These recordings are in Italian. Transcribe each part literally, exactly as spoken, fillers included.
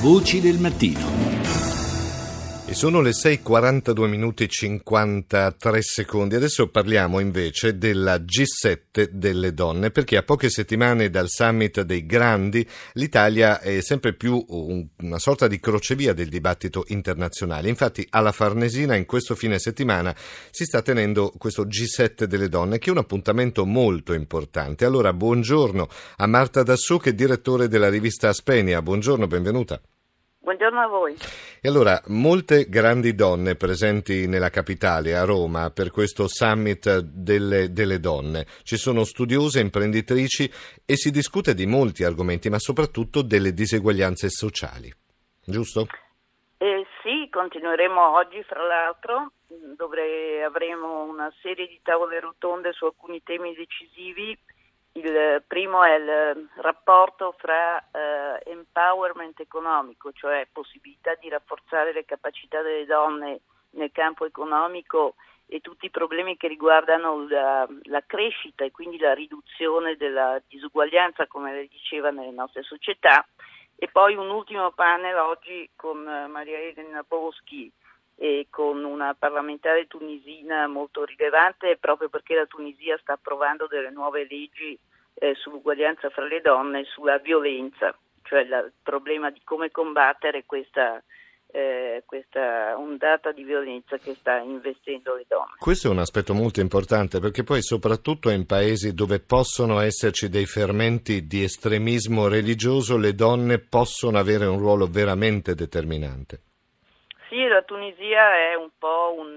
Voci del mattino. E sono le sei e quarantadue minuti e cinquantatré secondi. Adesso parliamo invece della G sette delle donne, perché a poche settimane dal summit dei grandi l'Italia è sempre più un, una sorta di crocevia del dibattito internazionale. Infatti alla Farnesina in questo fine settimana si sta tenendo questo G sette delle donne, che è un appuntamento molto importante. Allora buongiorno a Marta Dassù, che è direttore della rivista Aspenia. Buongiorno, benvenuta. Buongiorno a voi. E allora, molte grandi donne presenti nella capitale, a Roma, per questo summit delle, delle donne. Ci sono studiose, imprenditrici e si discute di molti argomenti, ma soprattutto delle diseguaglianze sociali. Giusto? Eh, sì, continueremo oggi, fra l'altro, dove avremo una serie di tavole rotonde su alcuni temi decisivi. Il primo è il rapporto fra eh, empowerment economico, cioè possibilità di rafforzare le capacità delle donne nel campo economico, e tutti i problemi che riguardano la, la crescita e quindi la riduzione della disuguaglianza, come lei diceva, nelle nostre società. E poi un ultimo panel oggi con Maria Elena Boschi e con una parlamentare tunisina molto rilevante, proprio perché la Tunisia sta approvando delle nuove leggi eh, sull'uguaglianza fra le donne e sulla violenza, cioè la, il problema di come combattere questa, eh, questa ondata di violenza che sta investendo le donne. Questo è un aspetto molto importante, perché poi soprattutto in paesi dove possono esserci dei fermenti di estremismo religioso, le donne possono avere un ruolo veramente determinante. Sì, la Tunisia è un po' un,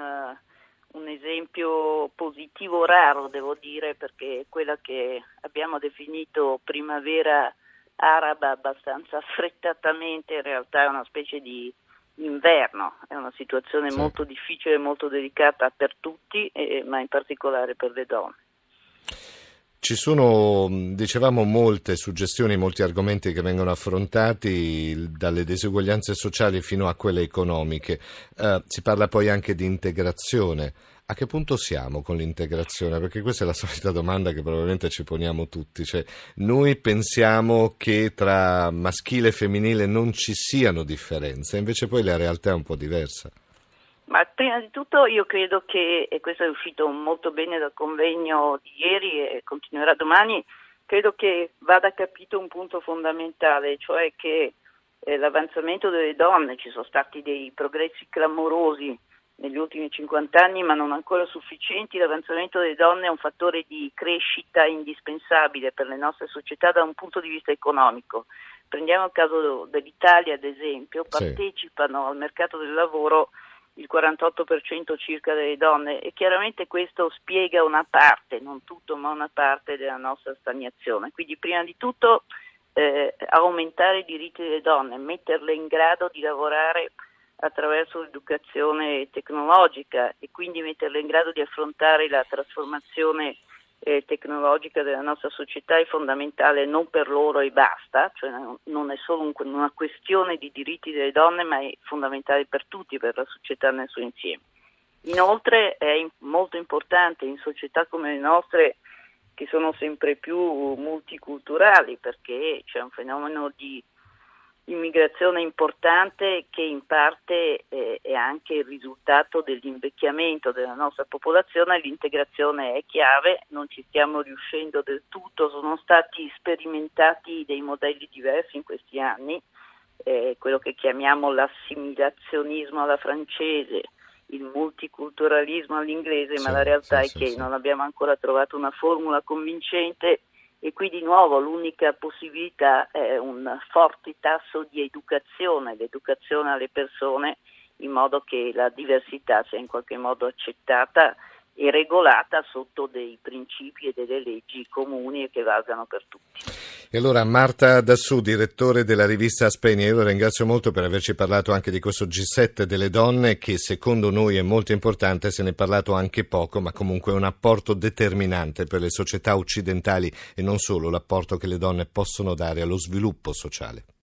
un esempio positivo raro, devo dire, perché è quella che abbiamo definito primavera araba abbastanza affrettatamente, in realtà è una specie di inverno, è una situazione sì. molto difficile e molto delicata per tutti, eh, ma in particolare per le donne. Ci sono, dicevamo, molte suggestioni, molti argomenti che vengono affrontati, dalle diseguaglianze sociali fino a quelle economiche. Eh, si parla poi anche di integrazione. A che punto siamo con l'integrazione? Perché questa è la solita domanda che probabilmente ci poniamo tutti. Cioè, noi pensiamo che tra maschile e femminile non ci siano differenze, invece poi la realtà è un po' diversa. Ma prima di tutto io credo che, e questo è uscito molto bene dal convegno di ieri e continuerà domani, credo che vada capito un punto fondamentale, cioè che eh, l'avanzamento delle donne, ci sono stati dei progressi clamorosi negli ultimi cinquanta anni, ma non ancora sufficienti. L'avanzamento delle donne è un fattore di crescita indispensabile per le nostre società da un punto di vista economico. Prendiamo il caso dell'Italia, ad esempio, partecipano sì. al mercato del lavoro il quarantotto per cento circa delle donne, e chiaramente questo spiega una parte, non tutto, ma una parte della nostra stagnazione. Quindi prima di tutto eh, aumentare i diritti delle donne, metterle in grado di lavorare attraverso l'educazione tecnologica e quindi metterle in grado di affrontare la trasformazione eh, tecnologica della nostra società è fondamentale, non per loro e basta, cioè non è solo un, una questione di diritti delle donne, ma è fondamentale per tutti, per la società nel suo insieme. Inoltre è in, molto importante in società come le nostre, che sono sempre più multiculturali, perché c'è un fenomeno di immigrazione importante che in parte eh, è anche il risultato dell'invecchiamento della nostra popolazione. L'integrazione è chiave, non ci stiamo riuscendo del tutto, sono stati sperimentati dei modelli diversi in questi anni, eh, quello che chiamiamo l'assimilazionismo alla francese, il multiculturalismo all'inglese, sì, ma la realtà sì, è sì, che sì. non abbiamo ancora trovato una formula convincente. E qui di nuovo l'unica possibilità è un forte tasso di educazione, l'educazione alle persone, in modo che la diversità sia in qualche modo accettata e regolata sotto dei principi e delle leggi comuni e che valgano per tutti. E allora Marta Dassù, direttore della rivista Aspenia, io la ringrazio molto per averci parlato anche di questo G sette delle donne, che secondo noi è molto importante, se ne è parlato anche poco, ma comunque è un apporto determinante per le società occidentali e non solo, l'apporto che le donne possono dare allo sviluppo sociale.